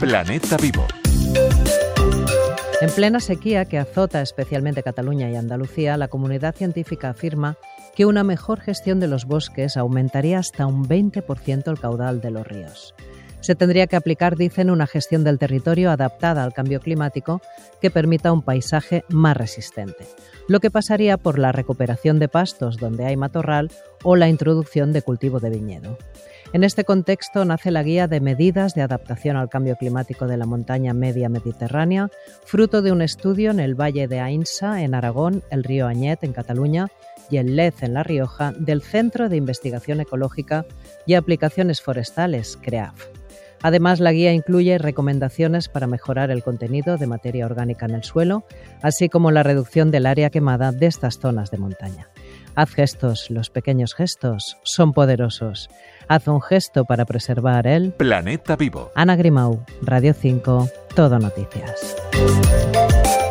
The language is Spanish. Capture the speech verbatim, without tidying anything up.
Planeta Vivo. En plena sequía que azota especialmente Cataluña y Andalucía, la comunidad científica afirma que una mejor gestión de los bosques aumentaría hasta un veinte por ciento el caudal de los ríos. Se tendría que aplicar, dicen, una gestión del territorio adaptada al cambio climático que permita un paisaje más resistente, lo que pasaría por la recuperación de pastos donde hay matorral o la introducción de cultivo de viñedo. En este contexto nace la Guía de Medidas de Adaptación al Cambio Climático de la Montaña Media Mediterránea, fruto de un estudio en el Valle de Aínsa, en Aragón, el río Añet, en Cataluña, y el Lez, en La Rioja, del Centro de Investigación Ecológica y Aplicaciones Forestales, CREAF. Además, la guía incluye recomendaciones para mejorar el contenido de materia orgánica en el suelo, así como la reducción del área quemada de estas zonas de montaña. Haz gestos, los pequeños gestos son poderosos. Haz un gesto para preservar el Planeta Vivo. Ana Grimau, Radio cinco, Todo Noticias.